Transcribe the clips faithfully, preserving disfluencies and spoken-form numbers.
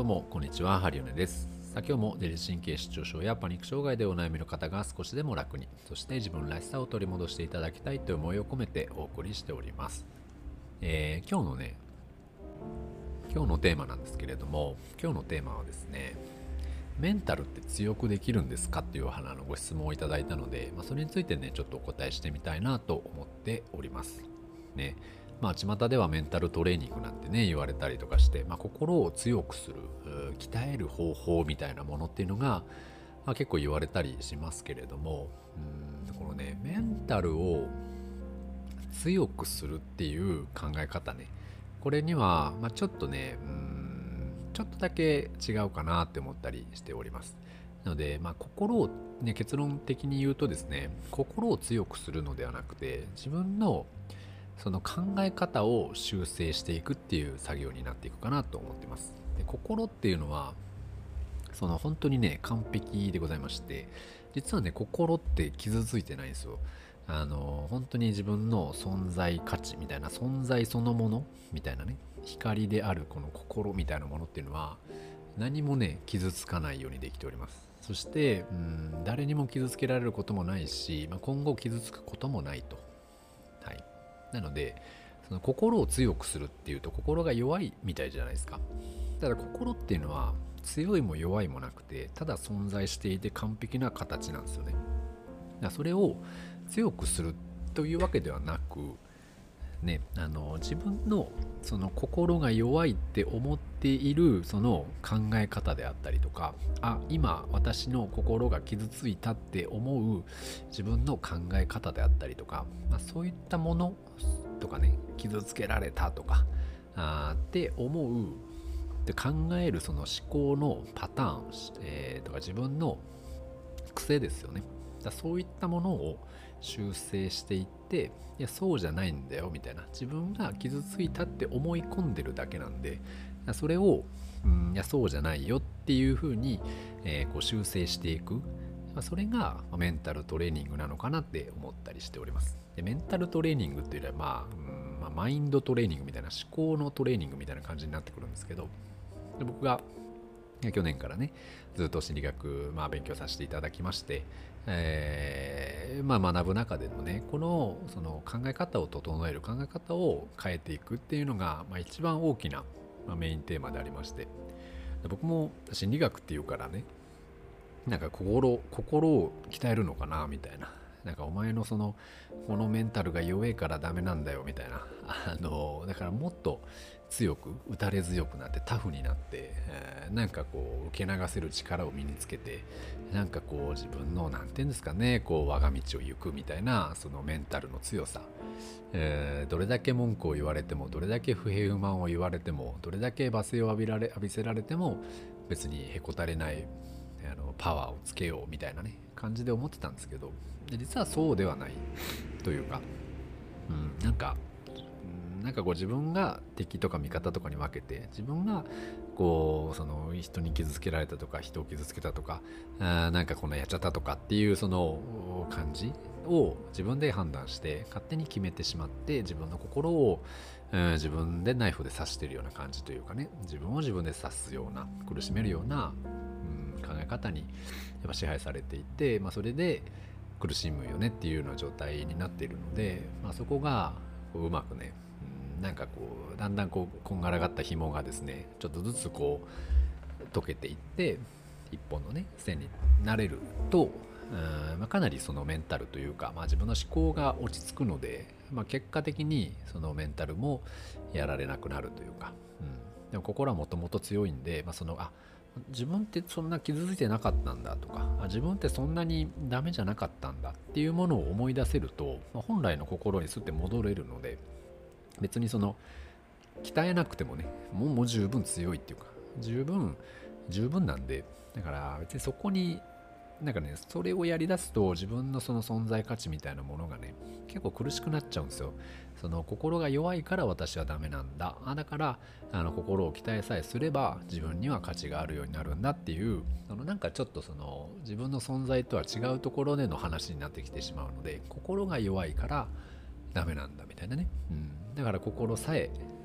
うもこんにちは、ハリオネです。さあ今日も自律神経失調症やパニック障害でお悩みの方が少しでも楽に、そして自分らしさを取り戻していただきたいという思いを込めてお送りしております。えー今日のね今日のテーマなんですけれども、今日のテーマはですね、メンタルって強くできるんですかっていう花のご質問をいただいたので、まあ、それについてねちょっとお答えしてみたいなと思っておりますね。まあ巷ではメンタルトレーニングなんてね言われたりとかして、まあ、心を強くする鍛える方法みたいなものっていうのが、まあ、結構言われたりしますけれども、うん、このねメンタルを強くするっていう考え方ね、これには、まあ、ちょっとねうーんちょっとだけ違うかなって思ったりしております。なので、まあ、心を、ね、結論的に言うとですね、心を強くするのではなくて、自分のその考え方を修正していくっていう作業になっていくかなと思っています。で、心っていうのはその本当にね完璧でございまして、実はね心って傷ついてないんですよ。あの本当に自分の存在価値みたいな、存在そのものみたいなね、光であるこの心みたいなものっていうのは何もね傷つかないようにできております。そしてうん誰にも傷つけられることもないし、まあ、今後傷つくこともないと。はい。なのでその心を強くするっていうと心が弱いみたいじゃないですか。ただ心っていうのは強いも弱いもなくて、ただ存在していて完璧な形なんですよね。だからそれを強くするというわけではなく、ね、あの自分のその心が弱いって思っているその考え方であったりとか、あ、今私の心が傷ついたって思う自分の考え方であったりとか、まあ、そういったものとかね、傷つけられたとかあーって思うで考えるその思考のパターン、えーとか自分の癖ですよね。だそういったものを修正していって、いやそうじゃないんだよみたいな、自分が傷ついたって思い込んでるだけなんで、それを、うん、いやそうじゃないよっていうふうに、えーこう修正していく、それがメンタルトレーニングなのかなって思ったりしております。でメンタルトレーニングっていうよりは、まあ、うんまあ、マインドトレーニングみたいな、思考のトレーニングみたいな感じになってくるんですけど、で僕が去年からねずっと心理学、まあ、勉強させていただきまして、えーまあ、学ぶ中でのねこのその考え方を整える、考え方を変えていくっていうのが、まあ、一番大きな、まあ、メインテーマでありまして、僕も心理学っていうからね、なんか心心を鍛えるのかなみたいな、なんかお前のそのこのメンタルが弱いからダメなんだよみたいな、あのだからもっと強く打たれ強くなってタフになって、えーなんかこう受け流せる力を身につけて、なんかこう自分のなんていうんですかね、こう我が道を行くみたいな、そのメンタルの強さ、えーどれだけ文句を言われても、どれだけ不平不満を言われても、どれだけ罵声を浴びられ浴びせられても別にへこたれない、あのパワーをつけようみたいなね感じで思ってたんですけど、実はそうではないというか、うん、なんかなんかこう自分が敵とか味方とかに分けて、自分がこうその人に傷つけられたとか、人を傷つけたとか、あなんかこのやっちゃったとかっていうその感じを自分で判断して勝手に決めてしまって、自分の心を、うん、自分でナイフで刺してるような感じというかね、自分を自分で刺すような、苦しめるような、うん、考え方にやっぱ支配されていて、まあ、それで苦しむよねっていうような状態になっているので、まあ、そこがこううまくね、うん、なんかこうだんだんこうこんがらがった紐がですねちょっとずつこう溶けていって一本のね線になれると、うんまあ、かなりそのメンタルというか、まあ、自分の思考が落ち着くので、まあ、結果的にそのメンタルもやられなくなるというか、うん、でも心はもともと強いんで、まあ、そのあ自分ってそんな傷ついてなかったんだとか、あ自分ってそんなにダメじゃなかったんだっていうものを思い出せると、まあ、本来の心にすって戻れるので、別にその鍛えなくてもね、もうもう十分強いっていうか、十分十分なんで、だから別にそこになんかね、それをやりだすと自分のその存在価値みたいなものがね結構苦しくなっちゃうんですよ。その心が弱いから私はダメなんだ、あだからあの心を鍛えさえすれば自分には価値があるようになるんだっていう、そのなんかちょっとその自分の存在とは違うところでの話になってきてしまうので、心が弱いからダメなんだみたいなね、うん、だから心さえ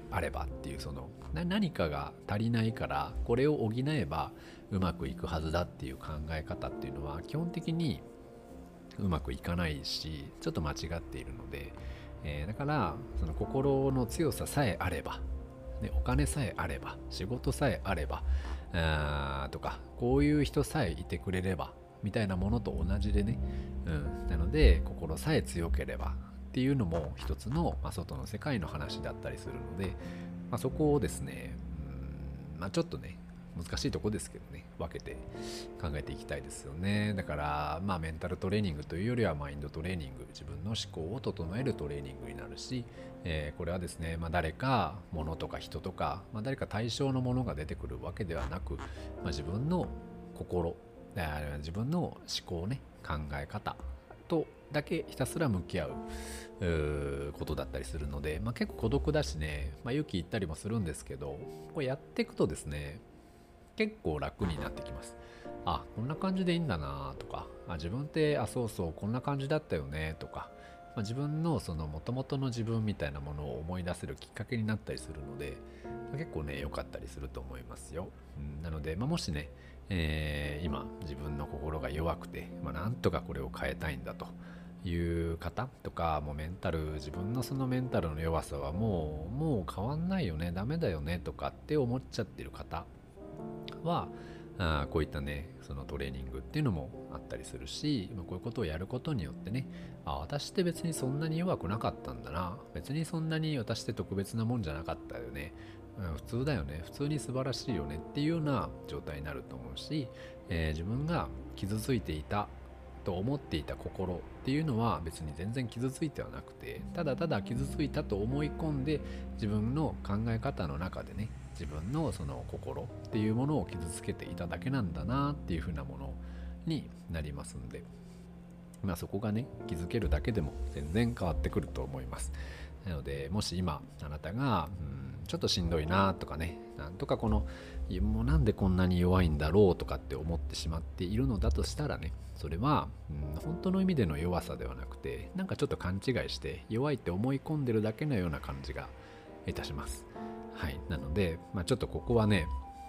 あればっていう、その何かが足りないからこれを補えばうまくいくはずだっていう考え方っていうのは基本的にうまくいかないし、ちょっと間違っているので、えー、だからその心の強ささえあれば、ね、お金さえあれば、仕事さえあれば、あとかこういう人さえいてくれればみたいなものと同じでね、うん、なので心さえ強ければっていうのも一つの、まあ、外の世界の話だったりするので、まあ、そこをですね、うんまあ、ちょっとね難しいとこですけどね、分けて考えていきたいですよね。だからまあメンタルトレーニングというよりはマインドトレーニング、自分の思考を整えるトレーニングになるし、えー、これはですね、まあ、誰か物とか人とか、まあ、誰か対象のものが出てくるわけではなく、まあ、自分の心、自分の思考ね、考え方とだけひたすら向き合うことだったりするので、まあ、結構孤独だしね、まあ、勇気いったりもするんですけど、これやっていくとですね結構楽になってきます。あ、こんな感じでいいんだなとか、あ、自分ってあそうそうこんな感じだったよねとか、まあ、自分のその元々の自分みたいなものを思い出せるきっかけになったりするので、まあ、結構ね良かったりすると思いますよ。うん、なので、まあ、もしね、えー、今自分の心が弱くて、まあ、なんとかこれを変えたいんだという方とか、もうメンタル、自分のそのメンタルの弱さはもうもう変わんないよね、ダメだよねとかって思っちゃってる方は、あこういったねそのトレーニングっていうのもあったりするし、こういうことをやることによってね、あ私って別にそんなに弱くなかったんだな、別にそんなに私って特別なもんじゃなかったよね、うん、普通だよね、普通に素晴らしいよねっていうような状態になると思うし、えー、自分が傷ついていたと思っていた心っていうのは別に全然傷ついてはなくて、ただただ傷ついたと思い込んで自分の考え方の中でね、自分のその心っていうものを傷つけていただけなんだなっていう風なものになりますんで、まあそこがね気づけるだけでも全然変わってくると思います。なのでもし今あなたが、うん、ちょっとしんどいなとかね、なんとかこのもうなんでこんなに弱いんだろうとかって思ってしまっているのだとしたらね、それは、うん、本当の意味での弱さではなくて、なんかちょっと勘違いして弱いって思い込んでるだけのような感じがいたします。はい、なので、まあ、ちょっとここはね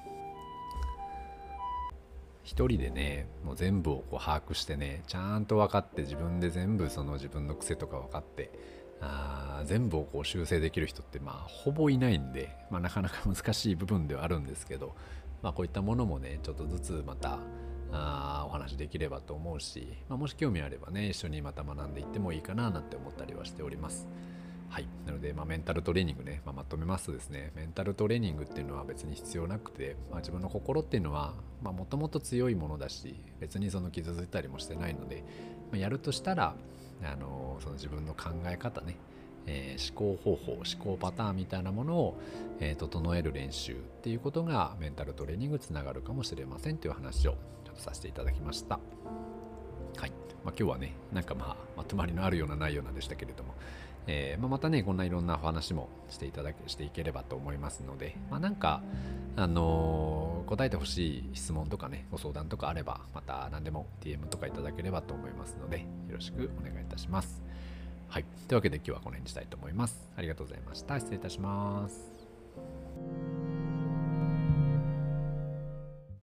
一人でねもう全部をこう把握してね、ちゃんと分かって、自分で全部その自分の癖とか分かって、あ全部をこう修正できる人ってまあほぼいないんで、まあ、なかなか難しい部分ではあるんですけど、まあ、こういったものもねちょっとずつまたあお話できればと思うし、まあ、もし興味あればね一緒にまた学んでいってもいいかななんて思ったりはしております。はい、なので、まあ、メンタルトレーニングね、まあ、まとめますとですね、メンタルトレーニングっていうのは別に必要なくて、まあ、自分の心っていうのはもともと強いものだし、別にその傷ついたりもしてないので、まあ、やるとしたらあのその自分の考え方ね、えー、思考方法、思考パターンみたいなものを、えー、整える練習っていうことがメンタルトレーニングにつながるかもしれませんという話をちょっとさせていただきました。はい、まあ、今日はねなんかまあまとまりのあるようなないようなでしたけれども、えーまあ、またねこんないろんなお話もしていただけしていければと思いますので、まあ、なんかあのー答えてほしい質問とかねご相談とかあればまた何でも ディーエム とかいただければと思いますのでよろしくお願いいたします。はい、というわけで今日はこの辺にしたいと思います。ありがとうございました。失礼いたします。